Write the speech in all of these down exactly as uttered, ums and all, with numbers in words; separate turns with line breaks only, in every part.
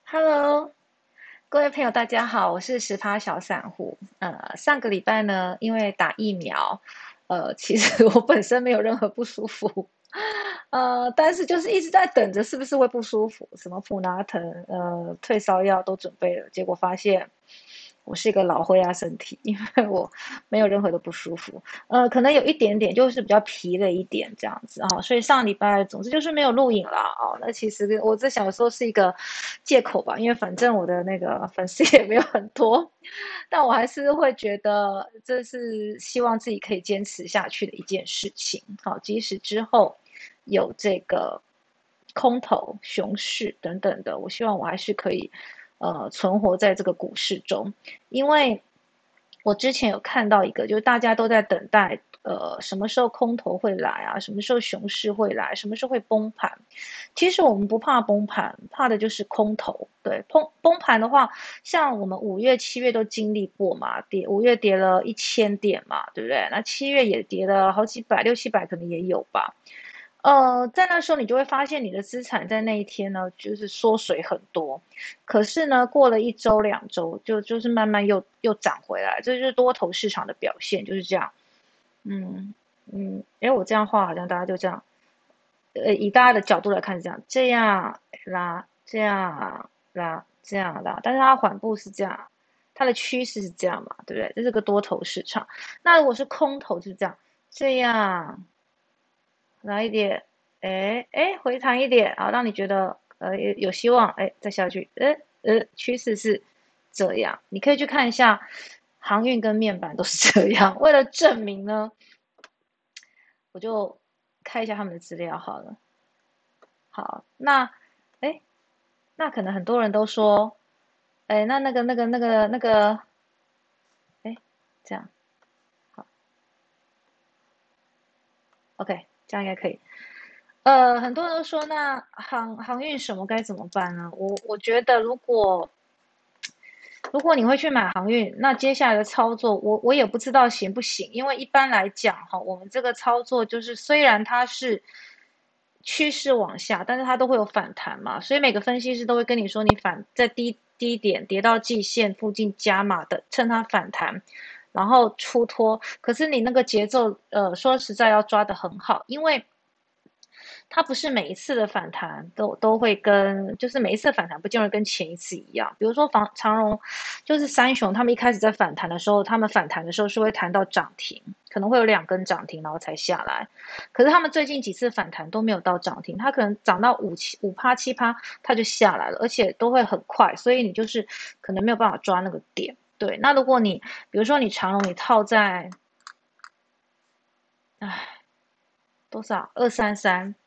Hello，各位朋友，大家好，我是十趴小散户。呃，上个礼拜呢，因为打疫苗，呃，其实我本身没有任何不舒服，呃，但是就是一直在等着是不是会不舒服，什么普拿疼、呃，退烧药都准备了，结果发现我是一个老灰啊身体，因为我没有任何的不舒服，呃，可能有一点点就是比较疲累一点这样子啊、哦，所以上礼拜总之就是没有录影啦哦。那其实我在想说是一个借口吧，因为反正我的那个粉丝也没有很多，但我还是会觉得这是希望自己可以坚持下去的一件事情。好，即使之后有这个空头、熊市等等的，我希望我还是可以呃存活在这个股市中，因为我之前有看到一个，就是大家都在等待，呃，什么时候空头会来啊？什么时候熊市会来？什么时候会崩盘？其实我们不怕崩盘，怕的就是空头。对，崩崩盘的话，像我们五月、七月都经历过嘛，跌五月跌了一千点嘛，对不对？那七月也跌了好几百，六七百可能也有吧。呃，在那时候你就会发现你的资产在那一天呢，就是缩水很多。可是呢，过了一周两周，就就是慢慢又又涨回来，这就是多头市场的表现，就是这样。嗯嗯，诶，我这样画好像大家就这样，呃，以大家的角度来看是这样，这样拉，这样拉，这样拉，但是它缓步是这样，它的趋势是这样嘛，对不对？这是个多头市场。那如果是空头是这样，这样来一点，哎哎，回弹一点啊，让你觉得呃有有希望，哎，再下去，呃呃，趋势是这样，你可以去看一下航运跟面板都是这样。为了证明呢，我就看一下他们的资料好了。好，那哎，那可能很多人都说，哎，那那个那个那个那个，哎，这样好，OK，这样应该可以。呃，很多人都说，那航航运什么该怎么办呢？我我觉得，如果如果你会去买航运，那接下来的操作，我我也不知道行不行，因为一般来讲，哈，我们这个操作就是，虽然它是趋势往下，但是它都会有反弹嘛，所以每个分析师都会跟你说，你反在低低点跌到季线附近加码的，趁它反弹，然后出脱。可是你那个节奏，呃，说实在要抓得很好，因为它不是每一次的反弹都都会跟，就是每一次的反弹不见得跟前一次一样。比如说房长荣，就是三雄，他们一开始在反弹的时候，他们反弹的时候是会弹到涨停，可能会有两根涨停，然后才下来。可是他们最近几次反弹都没有到涨停，它可能涨到五七五趴七趴，它就下来了，而且都会很快，所以你就是可能没有办法抓那个点。对，那如果你比如说你长荣你套在，唉，多少二三三，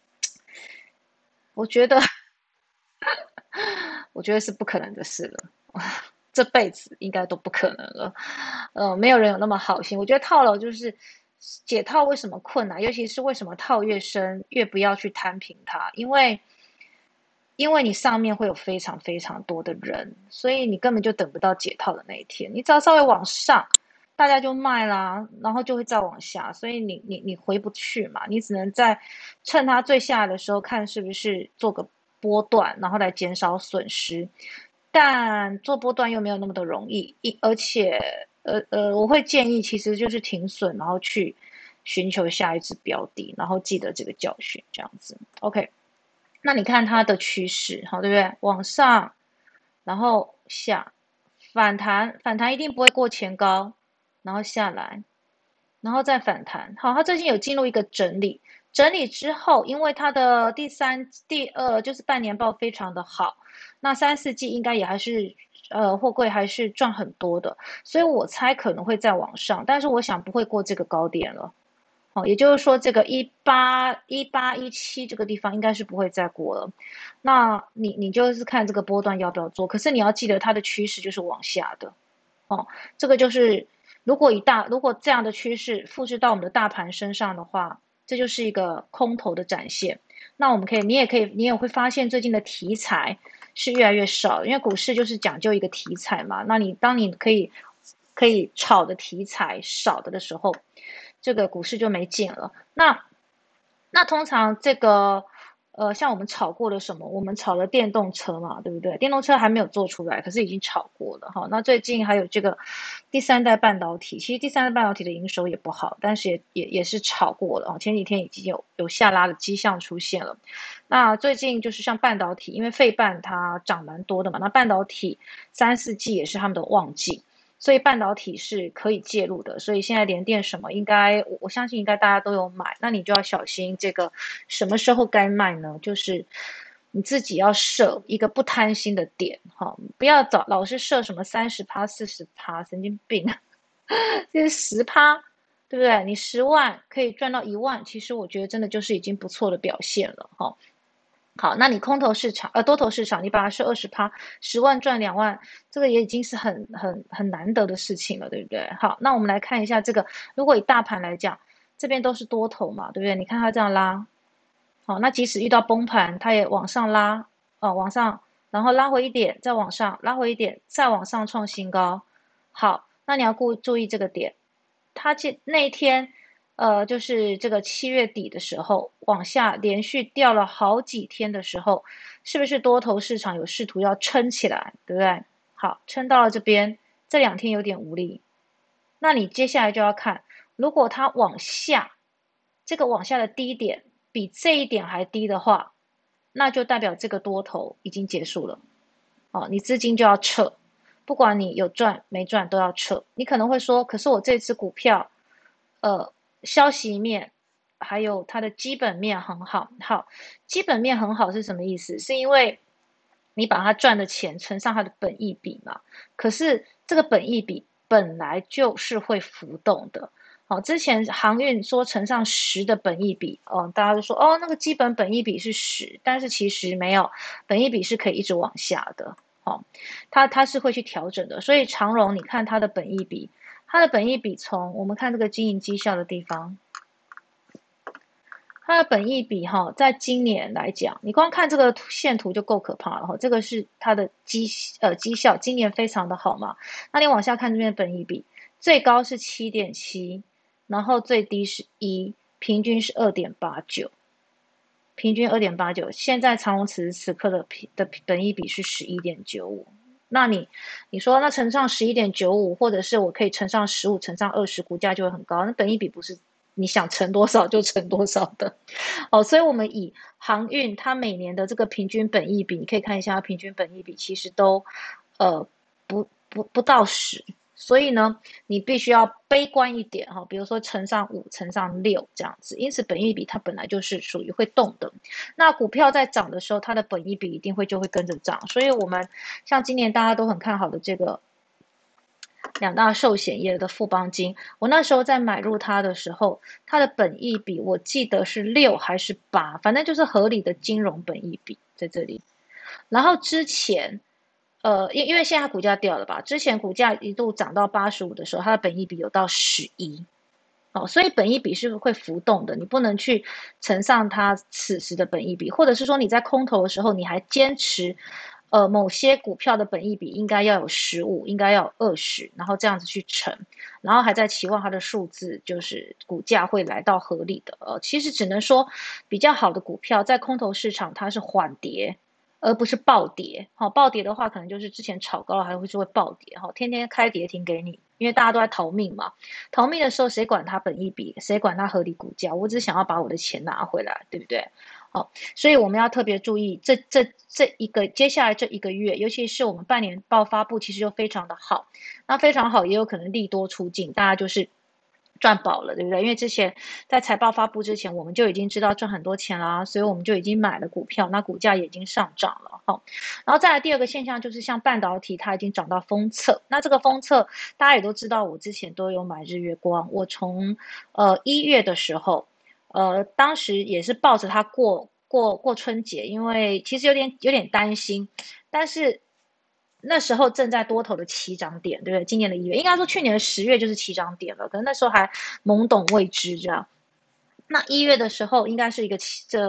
我觉得我觉得是不可能的事了，这辈子应该都不可能了。呃，没有人有那么好心。我觉得套牢就是解套为什么困难，尤其是为什么套越深越不要去摊平它，因为因为你上面会有非常非常多的人，所以你根本就等不到解套的那一天。你只要稍微往上，大家就卖啦，然后就会再往下，所以你你你回不去嘛，你只能在趁它最下来的时候看是不是做个波段，然后来减少损失。但做波段又没有那么的容易，一而且呃呃，我会建议其实就是停损，然后去寻求下一只标的，然后记得这个教训，这样子。OK，那你看它的趋势，好，对不对？往上，然后下，反弹，反弹一定不会过前高，然后下来，然后再反弹。好，它最近有进入一个整理，整理之后，因为它的第三、第二就是半年报非常的好，那三四季应该也还是呃货柜还是赚很多的，所以我猜可能会再往上，但是我想不会过这个高点了。哦，也就是说，这个一八一八一七这个地方应该是不会再过了。那你你就是看这个波段要不要做，可是你要记得它的趋势就是往下的。哦，这个就是如果以大如果这样的趋势复制到我们的大盘身上的话，这就是一个空头的展现。那我们可以，你也可以，你也会发现最近的题材是越来越少，因为股市就是讲究一个题材嘛。那你当你可以可以炒的题材少的的时候，这个股市就没劲了。那那通常这个呃，像我们炒过了什么？我们炒了电动车嘛，对不对？电动车还没有做出来，可是已经炒过了哈。那最近还有这个第三代半导体，其实第三代半导体的营收也不好，但是也也也是炒过了啊。前几天已经有有下拉的迹象出现了。那最近就是像半导体，因为费半它涨蛮多的嘛，那半导体三四季也是他们的旺季。所以半导体是可以介入的，所以现在联电什么应该我我相信应该大家都有买，那你就要小心这个什么时候该卖呢？就是你自己要设一个不贪心的点，哈，不要找老是设什么三十趴、四十趴，神经病，这是十趴，对不对？你十万可以赚到一万，其实我觉得真的就是已经不错的表现了，哈。好，那你空头市场，呃，多头市场，你把它是二十趴，十万赚两万，这个也已经是很很很难得的事情了，对不对？好，那我们来看一下这个，如果以大盘来讲，这边都是多头嘛，对不对？你看它这样拉，好，那即使遇到崩盘，它也往上拉，哦，往上，然后拉回一点，再往上，拉回一点，再往上创新高。好，那你要顾注意这个点，它这那一天。呃，就是这个七月底的时候，往下连续掉了好几天的时候，是不是多头市场有试图要撑起来，对不对？好，撑到了这边，这两天有点无力，那你接下来就要看，如果它往下，这个往下的低点比这一点还低的话，那就代表这个多头已经结束了，哦，你资金就要撤，不管你有赚没赚都要撤。你可能会说，可是我这支股票，呃。消息面还有它的基本面很好。好，基本面很好是什么意思？是因为你把它赚的钱乘上它的本益比嘛。可是这个本益比本来就是会浮动的。好，之前航运说乘上十的本益比，哦，大家都说哦，那个基本本益比是十，但是其实没有，本益比是可以一直往下的。哦，它它是会去调整的。所以长荣，你看它的本益比。它的本益比从我们看这个经营绩效的地方，它的本益比哈，在今年来讲，你光看这个线图就够可怕了哈。这个是它的绩呃绩效，今年非常的好嘛。那你往下看这边的本益比，最高是七点七，然后最低是一，平均是二点八九，平均二点八九。现在长荣此时此刻的的本益比是十一点九五。那你你说那乘上十一点九五，或者是我可以乘上十五，乘上二十，股价就会很高。那本益比不是你想乘多少就乘多少的，哦，所以我们以航运它每年的这个平均本益比，你可以看一下它平均本益比其实都呃不不不到十。所以呢，你必须要悲观一点哈，比如说乘上五、乘上六这样子。因此，本益比它本来就是属于会动的。那股票在涨的时候，它的本益比一定会就会跟着涨。所以，我们像今年大家都很看好的这个两大寿险业的富邦金，我那时候在买入它的时候，它的本益比我记得是六还是八，反正就是合理的金融本益比在这里。然后之前。呃，因因为现在股价掉了吧？之前股价一度涨到八十五的时候，它的本益比有到十一，哦，所以本益比是会浮动的，你不能去乘上它此时的本益比，或者是说你在空头的时候，你还坚持，呃，某些股票的本益比应该要有十五，应该要有二十，然后这样子去乘，然后还在期望它的数字就是股价会来到合理的，呃，其实只能说比较好的股票在空头市场它是缓跌。而不是暴跌。好，暴跌的话，可能就是之前炒高了，还会是会暴跌。哈，天天开跌停给你，因为大家都在逃命嘛。逃命的时候，谁管它本益比，谁管它合理股价？我只想要把我的钱拿回来，对不对？好，所以我们要特别注意这这这一个接下来这一个月，尤其是我们半年报发布，其实就非常的好。那非常好，也有可能利多出尽，大家就是。赚饱了，对不对？因为之前在财报发布之前，我们就已经知道赚很多钱啦，所以我们就已经买了股票，那股价也已经上涨了哈。然后再来第二个现象就是像半导体，它已经涨到封测，那这个封测大家也都知道，我之前都有买日月光，我从呃一月的时候，呃当时也是抱着它过过过春节，因为其实有点有点担心，但是。那时候正在多头的起涨点，对不对？今年的一月，应该说去年的十月就是起涨点了，可能那时候还懵懂未知这样。那一月的时候，应该是一个这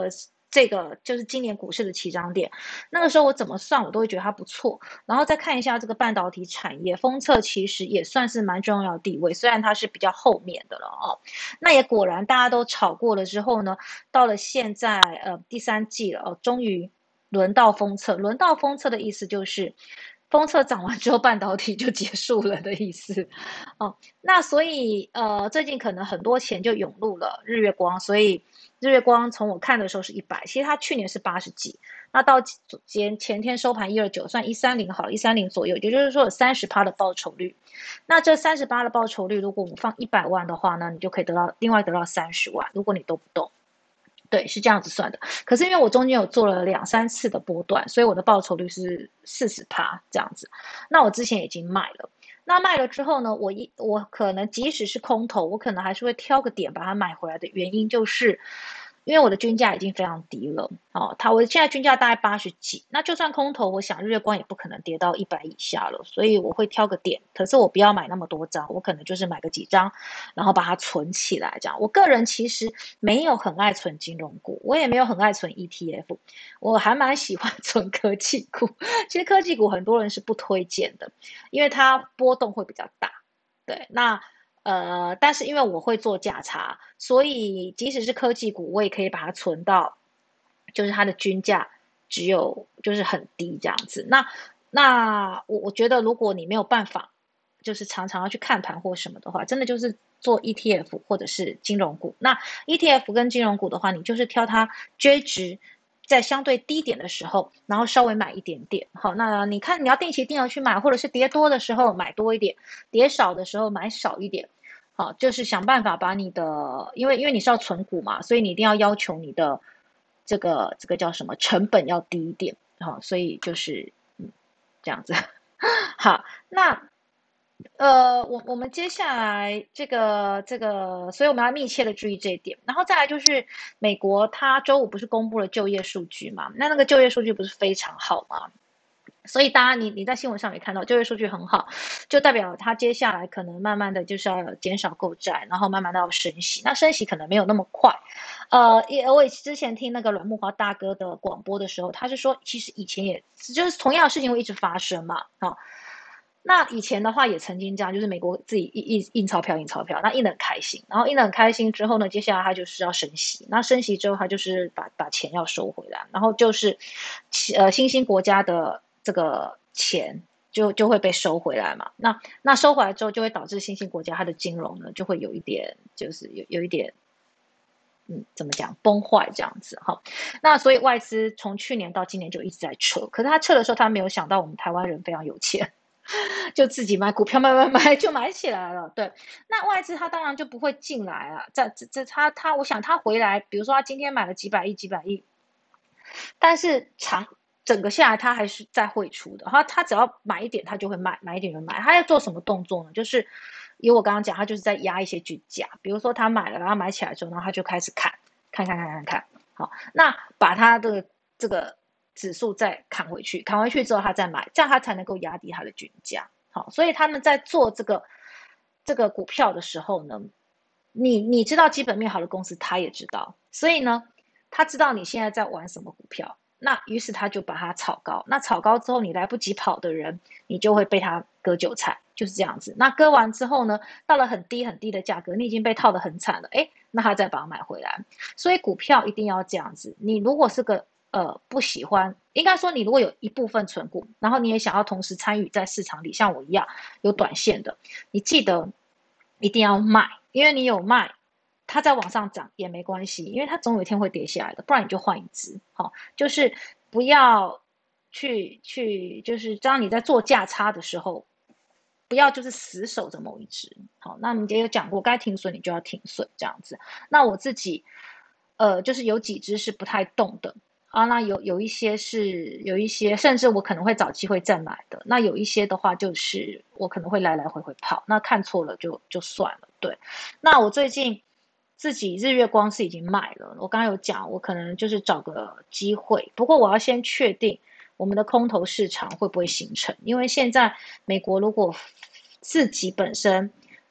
这个就是今年股市的起涨点，那个时候我怎么算我都会觉得它不错。然后再看一下这个半导体产业，封测其实也算是蛮重要的地位，虽然它是比较后面的了哦。那也果然大家都炒过了之后呢，到了现在呃第三季了哦，终于轮到封测。轮到封测的意思就是封测涨完之后半导体就结束了的意思哦。那所以呃最近可能很多钱就涌入了日月光，所以日月光从我看的时候是一百，其实它去年是八十几，那到前前天收盘一二九，算一三零好了，一三零左右，也就是说有三十趴的报酬率。那这三十趴的报酬率，如果我们放一百万的话呢，你就可以得到另外得到三十万，如果你都不动。对，是这样子算的。可是因为我中间有做了两三次的波段，所以我的报酬率是四十趴这样子。那我之前已经卖了，那卖了之后呢，我一我可能即使是空头，我可能还是会挑个点把它买回来的原因就是。因为我的均价已经非常低了，哦，它我现在均价大概八十几，那就算空头，我想日月光也不可能跌到一百以下了，所以我会挑个点，可是我不要买那么多张，我可能就是买个几张，然后把它存起来，这样。我个人其实没有很爱存金融股，我也没有很爱存 E T F，我还蛮喜欢存科技股。其实科技股很多人是不推荐的，因为它波动会比较大，对，那。呃，但是因为我会做价差，所以即使是科技股，我也可以把它存到，就是它的均价只有就是很低这样子。那那我我觉得，如果你没有办法，就是常常要去看盘或什么的话，真的就是做 E T F 或者是金融股。那 E T F 跟金融股的话，你就是挑它追值。在相对低点的时候，然后稍微买一点点，好，那你看你要定期定额去买，或者是跌多的时候买多一点，跌少的时候买少一点，好，就是想办法把你的，因为因为你是要存股嘛，所以你一定要要求你的这个这个叫什么成本要低一点，好，所以就是嗯这样子，好，那呃，我我们接下来这个这个，所以我们要密切的注意这一点。然后再来就是美国，它周五不是公布了就业数据嘛？那那个就业数据不是非常好吗？所以大家你你在新闻上也看到就业数据很好，就代表它接下来可能慢慢的就是要减少购债，然后慢慢的要升息。那升息可能没有那么快，呃，也我也之前听那个阮木华大哥的广播的时候，他是说其实以前也就是同样的事情会一直发生嘛，啊、哦。那以前的话也曾经这样，就是美国自己印印印钞票，印钞票，那印得很开心，然后印得很开心之后呢，接下来他就是要升息，那升息之后他就是把把钱要收回来，然后就是呃新兴国家的这个钱就就会被收回来嘛，那那收回来之后就会导致新兴国家它的金融呢就会有一点就是有有一点。嗯，怎么讲崩坏这样子哈？那所以外资从去年到今年就一直在撤，可是他撤的时候，他没有想到我们台湾人非常有钱，就自己买股票，买买买就买起来了。对，那外资他当然就不会进来啊。这这这他他，我想他回来，比如说他今天买了几百亿、几百亿，但是长整个下来他还是在汇出的。他他只要买一点，他就会卖，买一点就卖。他要做什么动作呢？就是以我刚刚讲，他就是在压一些均价，比如说他买了，然后买起来之后，然后他就开始砍，看看看看看，好，那把他的这个指数再砍回去，砍回去之后他再买，这样他才能够压低他的均价。好，所以他们在做这个这个股票的时候呢，你你知道基本面好的公司，他也知道，所以呢，他知道你现在在玩什么股票，那于是他就把它炒高，那炒高之后，你来不及跑的人，你就会被他割韭菜，就是这样子。那割完之后呢，到了很低很低的价格，你已经被套得很惨了，诶，那他再把它买回来。所以股票一定要这样子。你如果是个呃不喜欢，应该说你如果有一部分存股，然后你也想要同时参与在市场里，像我一样有短线的，你记得一定要卖，因为你有卖。它在往上涨也没关系，因为它总有一天会跌下来的，不然你就换一只。好、哦，就是不要去去，就是当你在做价差的时候，不要就是死守着某一只。好，那你也有讲过，该停损你就要停损这样子。那我自己，呃，就是有几只是不太动的啊，那有有一些是有一些，甚至我可能会找机会再买的。那有一些的话，就是我可能会来来回回跑，那看错了就就算了。对，那我最近。自己日月光是已经卖了，我刚刚有讲，我可能就是找个机会，不过我要先确定我们的空头市场会不会形成，因为现在美国如果自己本身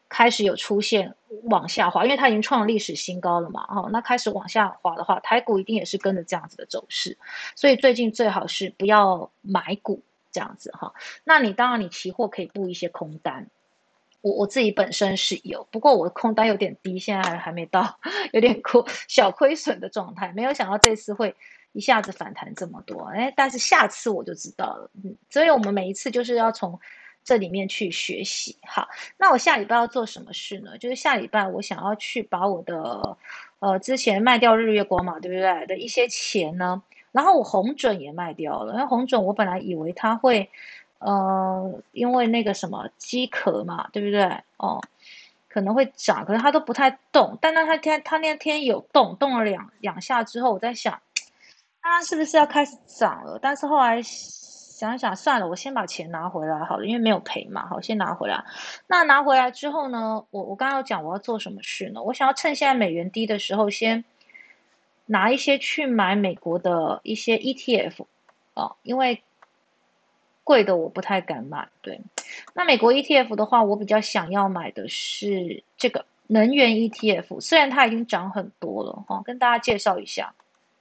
开始有出现往下滑，因为它已经创了历史新高了嘛，哈，那开始往下滑的话，台股一定也是跟着这样子的走势，所以最近最好是不要买股这样子哈。那你当然你期货可以布一些空单。我我自己本身是有，不过我的空单有点低，现在还还没到，有点亏小亏损的状态。没有想到这次会一下子反弹这么多，哎，但是下次我就知道了。嗯，所以我们每一次就是要从这里面去学习。好，那我下礼拜要做什么事呢？就是下礼拜我想要去把我的呃之前卖掉日月光嘛，对不对？的一些钱呢，然后我红准也卖掉了，因为红准我本来以为它会。呃，因为那个什么机壳嘛，对不对？哦，可能会涨，可是它都不太动。但那它天它那天有动，动了两两下之后，我在想，它是不是要开始涨了？但是后来想想算了，我先把钱拿回来好了，因为没有赔嘛，好，先拿回来。那拿回来之后呢，我我刚刚有讲我要做什么事呢？我想要趁现在美元低的时候，先拿一些去买美国的一些 E T F 哦，因为贵的我不太敢买，对。那美国 E T F 的话，我比较想要买的是这个能源 E T F，虽然它已经涨很多了哈、哦，跟大家介绍一下。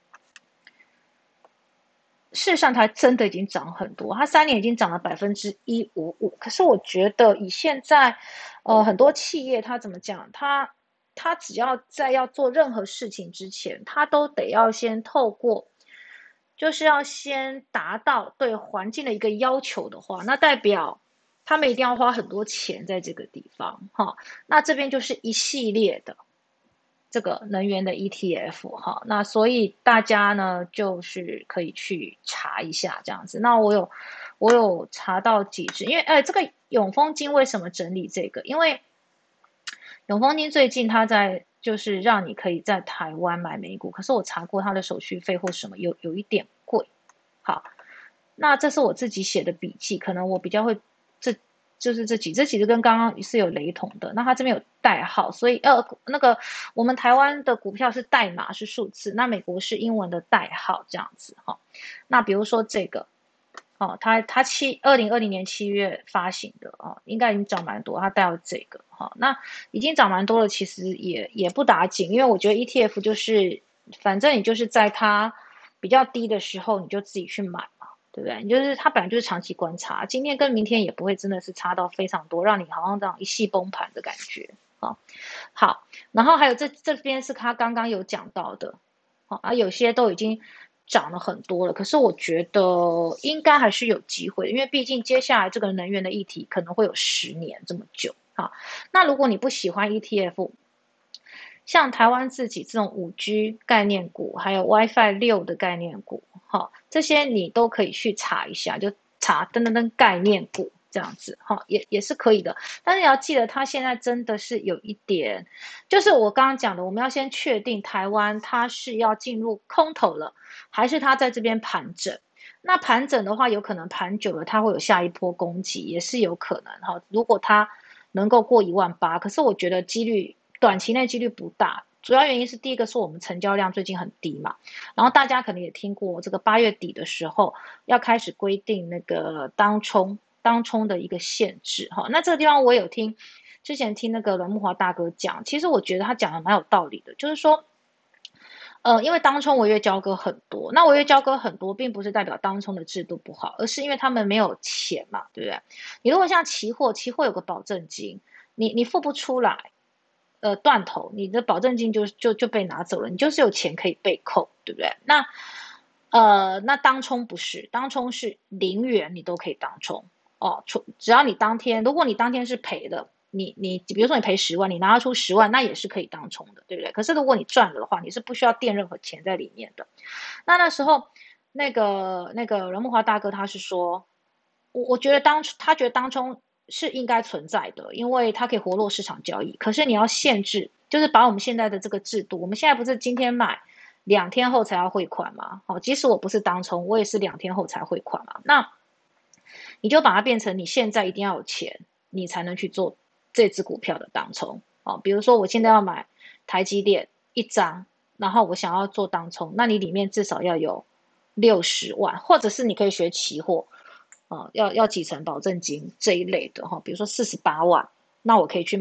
事实上，它真的已经涨很多，它三年已经涨了百分之一五五。可是我觉得以现在，呃，很多企业它怎么讲，它它只要在要做任何事情之前，它都得要先透过。就是要先达到对环境的一个要求的话，那代表他们一定要花很多钱在这个地方哈。那这边就是一系列的这个能源的 E T F 哈，那所以大家呢就是可以去查一下这样子。那我有我有查到几只，因为哎，这个永丰金为什么整理这个？因为永丰金最近它在就是让你可以在台湾买美股，可是我查过它的手续费或什么有有一点贵。好，那这是我自己写的笔记，可能我比较会这就是这几这几个跟刚刚是有雷同的。那它这边有代号，所以呃那个我们台湾的股票是代码是数字，那美国是英文的代号这样子哈。那比如说这个。哦，它它七二零二零年七月发行的哦，应该已经涨蛮多，它带了这个哈、哦，那已经涨蛮多了，其实也也不打紧，因为我觉得 E T F 就是反正你就是在它比较低的时候你就自己去买嘛，对不对？你就是它本来就是长期观察，今天跟明天也不会真的是差到非常多，让你好像这样一系崩盘的感觉啊、哦。好，然后还有这这边是他刚刚有讲到的，好、哦、啊，有些都已经。涨了很多了，可是我觉得应该还是有机会，因为毕竟接下来这个能源的议题可能会有十年这么久啊。那如果你不喜欢 E T F，像台湾自己这种五 G 概念股，还有 WiFi 六的概念股，哈，这些你都可以去查一下，就查噔噔噔概念股这样子，哈，也也是可以的。但是你要记得，它现在真的是有一点，就是我刚刚讲的，我们要先确定台湾它是要进入空头了。还是它在这边盘整，那盘整的话，有可能盘久了，它会有下一波攻击，也是有可能哈。如果它能够过一万八，可是我觉得几率短期内几率不大，主要原因是第一个是我们成交量最近很低嘛，然后大家可能也听过这个八月底的时候要开始规定那个当冲当冲的一个限制哈。那这个地方我有听之前听那个阮木华大哥讲，其实我觉得他讲的蛮有道理的，就是说。呃，因为当冲违约交割很多，那违约交割很多，并不是代表当冲的制度不好，而是因为他们没有钱嘛，对不对？你如果像期货，期货有个保证金，你你付不出来，呃，断头，你的保证金就就就被拿走了，你就是有钱可以被扣，对不对？那呃，那当冲不是，当冲是零元你都可以当冲哦，只要你当天，如果你当天是赔的。你你比如说你赔十万，你拿得出十万，那也是可以当冲的，对不对？可是如果你赚了的话，你是不需要垫任何钱在里面的。那那时候那个那个任木华大哥他是说，我我觉得当他觉得当冲是应该存在的，因为它可以活络市场交易。可是你要限制，就是把我们现在的这个制度，我们现在不是今天买，两天后才要汇款嘛？好，即使我不是当冲，我也是两天后才汇款嘛。那你就把它变成你现在一定要有钱，你才能去做。这只股票的当冲哦，比如说我现在要买台积电一张，然后我想要做当冲，那你里面至少要有六十万，或者是你可以学期货，哦，要要几成保证金这一类的哈、哦，比如说四十八万，那我可以去买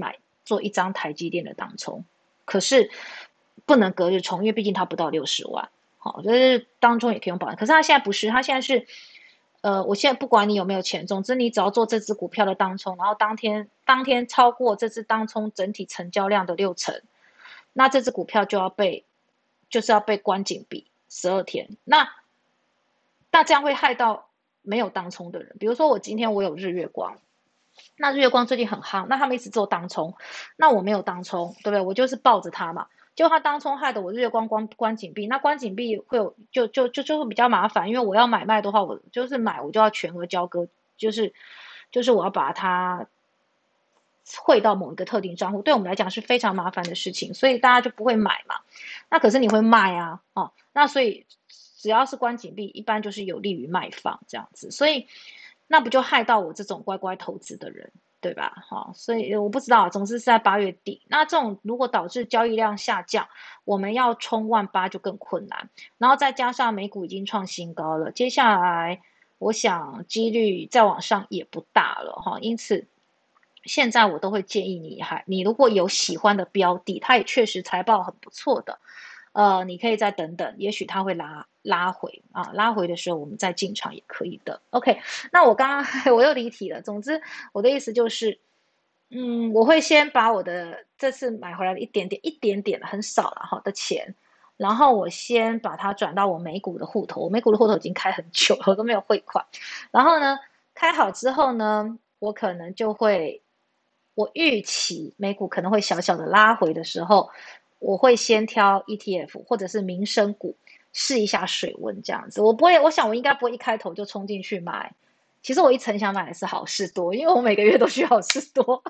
做一张台积电的当冲，可是不能隔日冲，因为毕竟它不到六十万。好，就是当中也可以用保单，可是它现在不是，它现在是，呃，我现在不管你有没有钱，总之你只要做这只股票的当冲，然后当天当天超过这只当冲整体成交量的六成，那这只股票就要被就是要被关紧闭十二天。那那这样会害到没有当冲的人，比如说我今天我有日月光。那日月光最近很夯，那他们一直做当冲，那我没有当冲，对不对？我就是抱着它嘛。结果他当冲害得我日月光关关紧闭，那关紧闭会有就就就就会比较麻烦，因为我要买卖的话，我就是买我就要全额交割，就是就是我要把它汇到某一个特定账户，对我们来讲是非常麻烦的事情，所以大家就不会买嘛。那可是你会卖啊，哦，那所以只要是关紧闭，一般就是有利于卖方这样子，所以那不就害到我这种乖乖投资的人，对吧？好、哦，所以我不知道，总之是在八月底，那这种如果导致交易量下降，我们要冲万八就更困难，然后再加上美股已经创新高了，接下来我想几率再往上也不大了哈、哦，因此。现在我都会建议你，还你如果有喜欢的标的，它也确实财报很不错的，呃，你可以再等等，也许它会拉拉回啊，拉回的时候我们再进场也可以的。OK，那我刚刚我又离题了。总之，我的意思就是，嗯，我会先把我的这次买回来的一点点、一点点很少了哈的钱，然后我先把它转到我美股的户头。我美股的户头已经开很久了，我都没有汇款。然后呢，开好之后呢，我可能就会。我预期美股可能会小小的拉回的时候，我会先挑 E T F 或者是民生股试一下水温这样子。我不会，我想我应该不会一开头就冲进去买。其实我一层想买的是好事多，因为我每个月都需要好事多。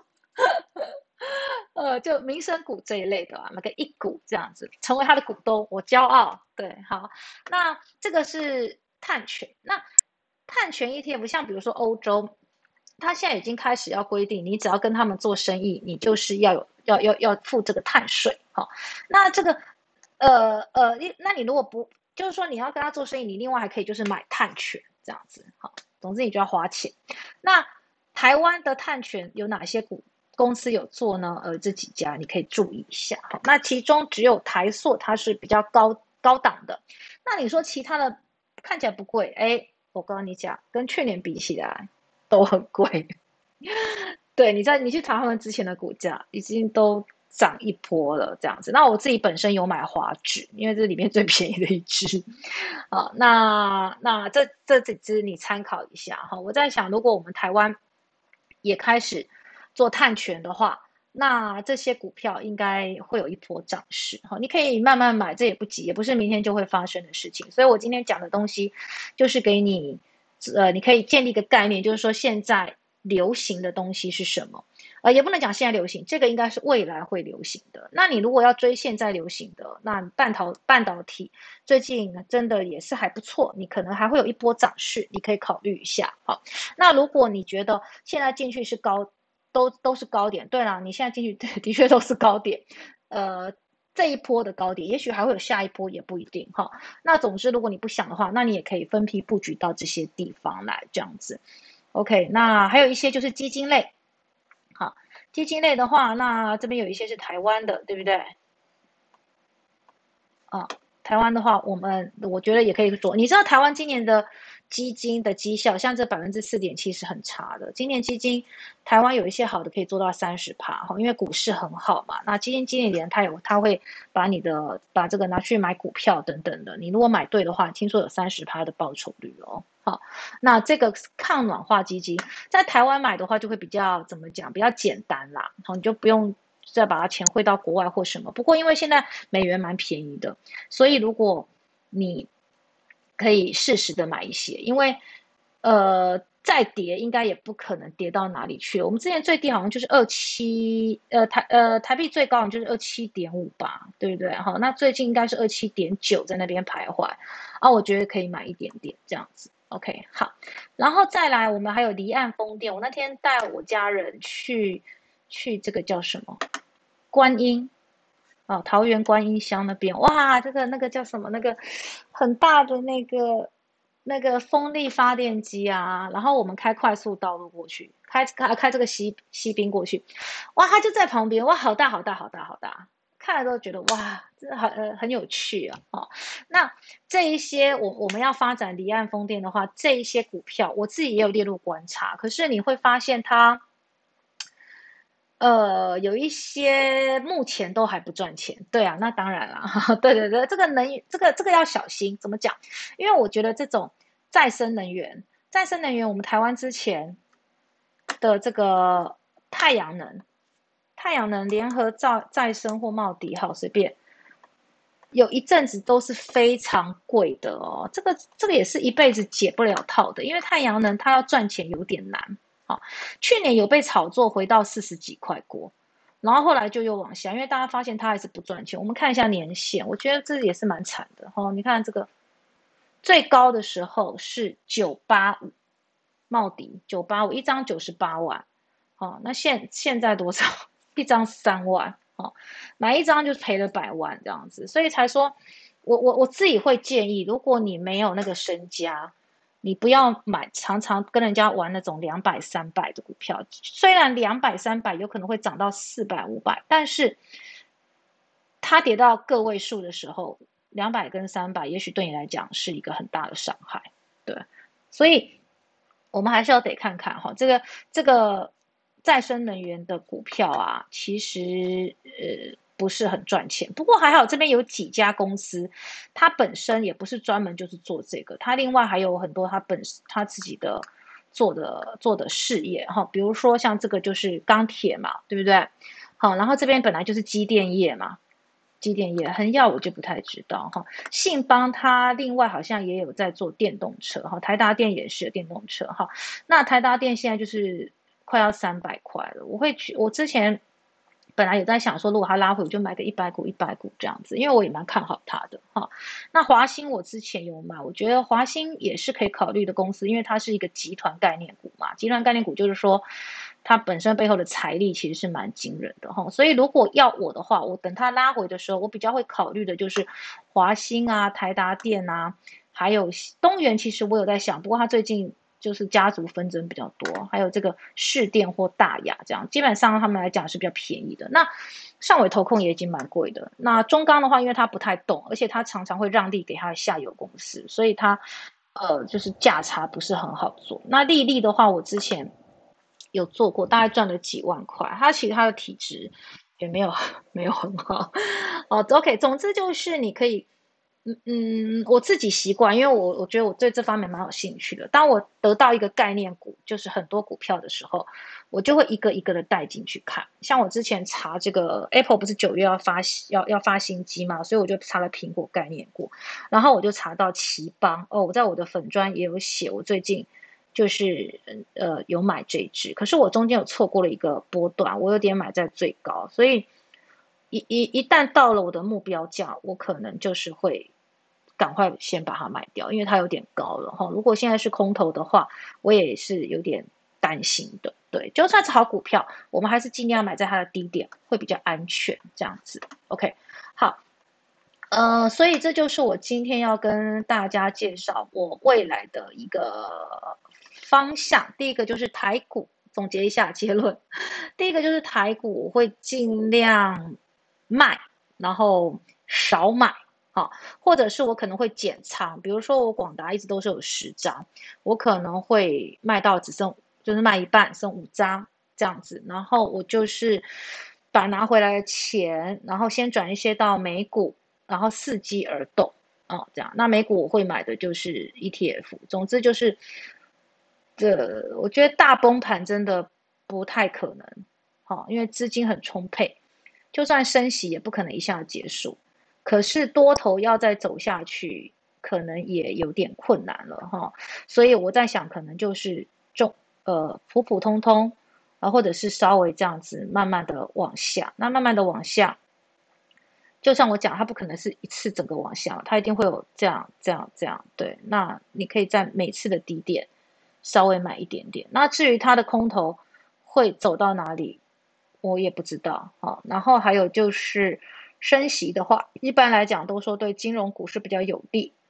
呃，就民生股这一类的啊，买个一股这样子，成为他的股东，我骄傲。对，好，那这个是碳权。那碳权 E T F，像比如说欧洲，他现在已经开始要规定，你只要跟他们做生意，你就是要有要要要付这个碳税。好、哦，那这个呃呃，那你如果不就是说你要跟他做生意，你另外还可以就是买碳权这样子。好，总之你就要花钱。那台湾的碳权有哪些股公司有做呢？呃，这几家你可以注意一下。好，那其中只有台塑它是比较高高档的。那你说其他的看起来不贵，哎，我跟你讲，跟去年比起来都很贵。对，你在你去查他们之前的股价，已经都涨一波了这样子。那我自己本身有买华指，因为这是里面最便宜的一只。啊，那那这这几只你参考一下哈。我在想，如果我们台湾也开始做碳权的话，那这些股票应该会有一波涨势哈。你可以慢慢买，这也不急，也不是明天就会发生的事情。所以我今天讲的东西，就是给你，呃，你可以建立一个概念，就是说现在流行的东西是什么。呃，也不能讲现在流行，这个应该是未来会流行的。那你如果要追现在流行的，那半导半导体最近真的也是还不错，你可能还会有一波涨势，你可以考虑一下。好，那如果你觉得现在进去是高，都都是高点，对啦，你现在进去的确都是高点，呃。这一波的高点，也许还会有下一波，也不一定哈。那总之，如果你不想的话，那你也可以分批布局到这些地方来，这样子。OK，那还有一些就是基金类。好，基金类的话，那这边有一些是台湾的，对不对？啊，台湾的话，我们我觉得也可以做。你知道台湾今年的基金的绩效，像这百分之四点七是很差的。今年基金台湾有一些好的可以做到三十趴哈，因为股市很好嘛。那基金经理人他有他会把你的把这个拿去买股票等等的，你如果买对的话，听说有三十趴的报酬率哦。好，那这个抗暖化基金在台湾买的话，就会比较怎么讲，比较简单啦。好，你就不用再把它钱汇到国外或什么。不过因为现在美元蛮便宜的，所以如果你可以适时的买一些，因为呃再跌应该也不可能跌到哪里去了。我们之前最低好像就是二七，呃台呃台币最高好像就是二七点五吧，对不对？好，那最近应该是二七点九在那边徘徊啊，我觉得可以买一点点这样子。OK， 好，然后再来，我们还有离岸风电。我那天带我家人去去这个叫什么观音哦，桃园观音乡那边，哇，这个那个叫什么？那个很大的那个那个风力发电机啊，然后我们开快速道路过去，开开开这个西西滨过去，哇，它就在旁边，哇，好大好大好大好大，看了都觉得哇，这很呃很有趣啊。哦，那这一些我我们要发展离岸风电的话，这一些股票我自己也有列入观察，可是你会发现它。呃，有一些目前都还不赚钱，对啊，那当然啦，对对对，这个能这个这个要小心，怎么讲？因为我觉得这种再生能源，再生能源，我们台湾之前的这个太阳能，太阳能联合再再生或茂迪，好随便，有一阵子都是非常贵的哦，这个这个也是一辈子解不了套的，因为太阳能它要赚钱有点难。好，去年有被炒作回到四十几块过，然后后来就又往下，因为大家发现它还是不赚钱。我们看一下年线，我觉得这也是蛮惨的哦。你看这个最高的时候是九八五，茂迪九八五一张九十八万，哦，那现现在多少？一张三万，哦，买一张就赔了百万这样子，所以才说，我我我自己会建议，如果你没有那个身家，你不要买，常常跟人家玩那种两百、三百的股票。虽然两百、三百有可能会涨到四百、五百，但是它跌到个位数的时候，两百跟三百，也许对你来讲是一个很大的伤害。对，所以我们还是要得看看哈，这个这个再生能源的股票啊，其实呃不是很赚钱。不过还好，这边有几家公司，它本身也不是专门就是做这个，它另外还有很多它本它自己的做的做的事业哈，比如说像这个就是钢铁嘛，对不对？好，然后这边本来就是机电业嘛，机电业，恒耀我就不太知道哈。信邦它另外好像也有在做电动车哈，台达电也是电动车哈。那台达电现在就是快要三百块了，我会去，我之前本来有在想说，如果它拉回，我就买个一百股一百股这样子，因为我也蛮看好它的哈。那华兴我之前有买，我觉得华兴也是可以考虑的公司，因为它是一个集团概念股嘛。集团概念股就是说，它本身背后的财力其实是蛮惊人的哈。所以如果要我的话，我等它拉回的时候，我比较会考虑的就是华兴啊、台达电啊，还有东元。其实我有在想，不过它最近就是家族纷争比较多，还有这个市电或大雅这样，基本上他们来讲是比较便宜的。那上尾投控也已经蛮贵的。那中钢的话，因为它不太动，而且它常常会让利给它的下游公司，所以它呃就是价差不是很好做。那利利的话，我之前有做过，大概赚了几万块。它其实它的体质也没有没有很好。哦，OK，总之就是你可以。嗯嗯，我自己习惯，因为我我觉得我对这方面蛮有兴趣的。当我得到一个概念股，就是很多股票的时候，我就会一个一个的带进去看。像我之前查这个 Apple 不是九月要发要要发新机嘛，所以我就查了苹果概念股，然后我就查到奇邦哦，我在我的粉专也有写，我最近就是呃有买这一支，可是我中间有错过了一个波段，我有点买在最高，所以一一一旦到了我的目标价，我可能就是会赶快先把它卖掉，因为它有点高了哈。如果现在是空头的话，我也是有点担心的。对，就算是好股票，我们还是尽量买在它的低点，会比较安全。这样子，OK，好，呃，所以这就是我今天要跟大家介绍我未来的一个方向。第一个就是台股，总结一下结论。第一个就是台股，我会尽量卖，然后少买，好，或者是我可能会减仓，比如说我广达一直都是有十张，我可能会卖到只剩就是卖一半，剩五张这样子，然后我就是把拿回来的钱，然后先转一些到美股，然后伺机而动。哦，这样，那美股我会买的就是 E T F，总之就是，这我觉得大崩盘真的不太可能，好、哦，因为资金很充沛，就算升息也不可能一下结束。可是多头要再走下去，可能也有点困难了哈、哦。所以我在想，可能就是中呃普普通通啊，或者是稍微这样子慢慢的往下，那慢慢的往下。就像我讲，它不可能是一次整个往下，它一定会有这样、这样、这样。对，那你可以在每次的低点稍微买一点点。那至于它的空头会走到哪里，我也不知道。好，然后还有就是升息的话，一般来讲都说对金融股是比较有利。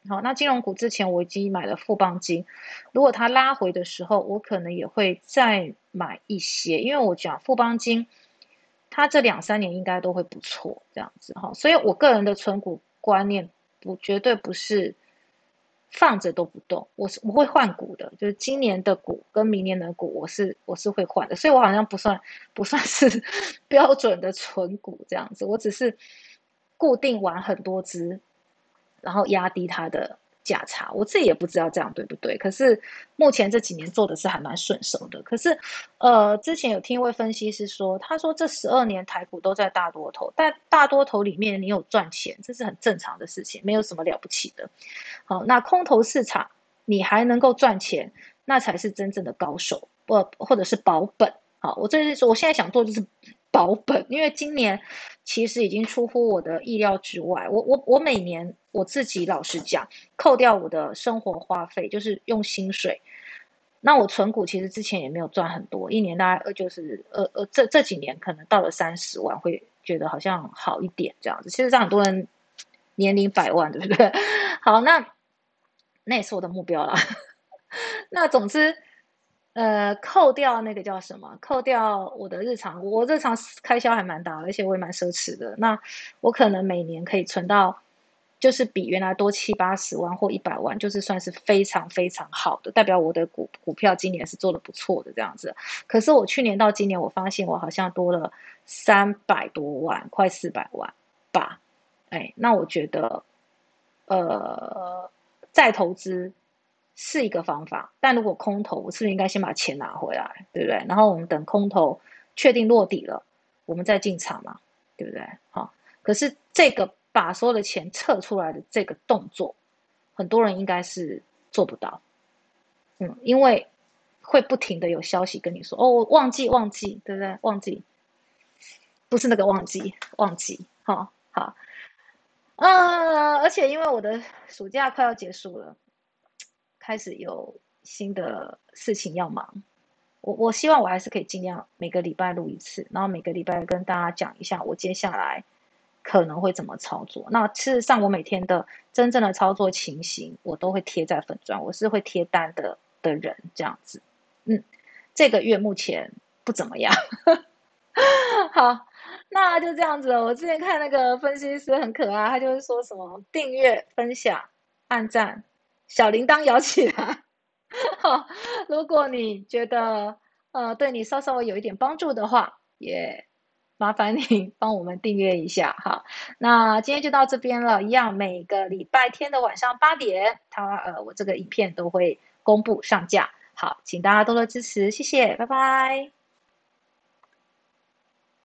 好，那金融股之前我已经买了富邦金，如果它拉回的时候，我可能也会再买一些，因为我讲富邦金，它这两三年应该都会不错，这样子哈。所以我个人的存股观念不绝对不是放着都不动，我是我会换股的，就是今年的股跟明年的股，我是我是会换的，所以我好像不算不算是标准的存股这样子，我只是固定玩很多只，然后压低它的价差。我自己也不知道这样对不对，可是目前这几年做的是还蛮顺手的。可是，呃，之前有听一位分析师说，他说这十二年台股都在大多头，但大多头里面你有赚钱，这是很正常的事情，没有什么了不起的。好，那空头市场你还能够赚钱，那才是真正的高手，或或者是保本。好，我这是说，我现在想做就是保本，因为今年其实已经出乎我的意料之外。我我我每年我自己老实讲，扣掉我的生活花费，就是用薪水。那我存股其实之前也没有赚很多，一年大概呃就是呃呃这这几年可能到了三十万，会觉得好像好一点这样子。其实让很多人年龄百万，对不对？好，那那也是我的目标啦。那总之，呃，扣掉那个叫什么？扣掉我的日常，我日常开销还蛮大的，而且我也蛮奢侈的。那我可能每年可以存到，就是比原来多七八十万或一百万，就是算是非常非常好的，代表我的股股票今年是做的不错的这样子。可是我去年到今年，我发现我好像多了三百多万，快四百万吧。哎，那我觉得，呃，再投资是一个方法，但如果空头，我是不是应该先把钱拿回来，对不对？然后我们等空头确定落底了，我们再进场嘛，对不对？好，可是这个把所有的钱撤出来的这个动作，很多人应该是做不到，嗯，因为会不停的有消息跟你说，哦，忘记忘记，对不对？忘记不是那个忘记忘记，好好。啊，而且因为我的暑假快要结束了，开始有新的事情要忙。我我希望我还是可以尽量每个礼拜录一次，然后每个礼拜跟大家讲一下我接下来可能会怎么操作。那事实上，我每天的真正的操作情形，我都会贴在粉砖，我是会贴单的的人这样子。嗯，这个月目前不怎么样。好，那就这样子了。我之前看那个分析师很可爱，他就是说什么订阅、分享、按赞、小铃铛摇起来。好，如果你觉得呃对你稍稍有一点帮助的话，也麻烦你帮我们订阅一下哈。那今天就到这边了，一样每个礼拜天的晚上八点，它呃我这个影片都会公布上架。好，请大家多多支持，谢谢，拜拜。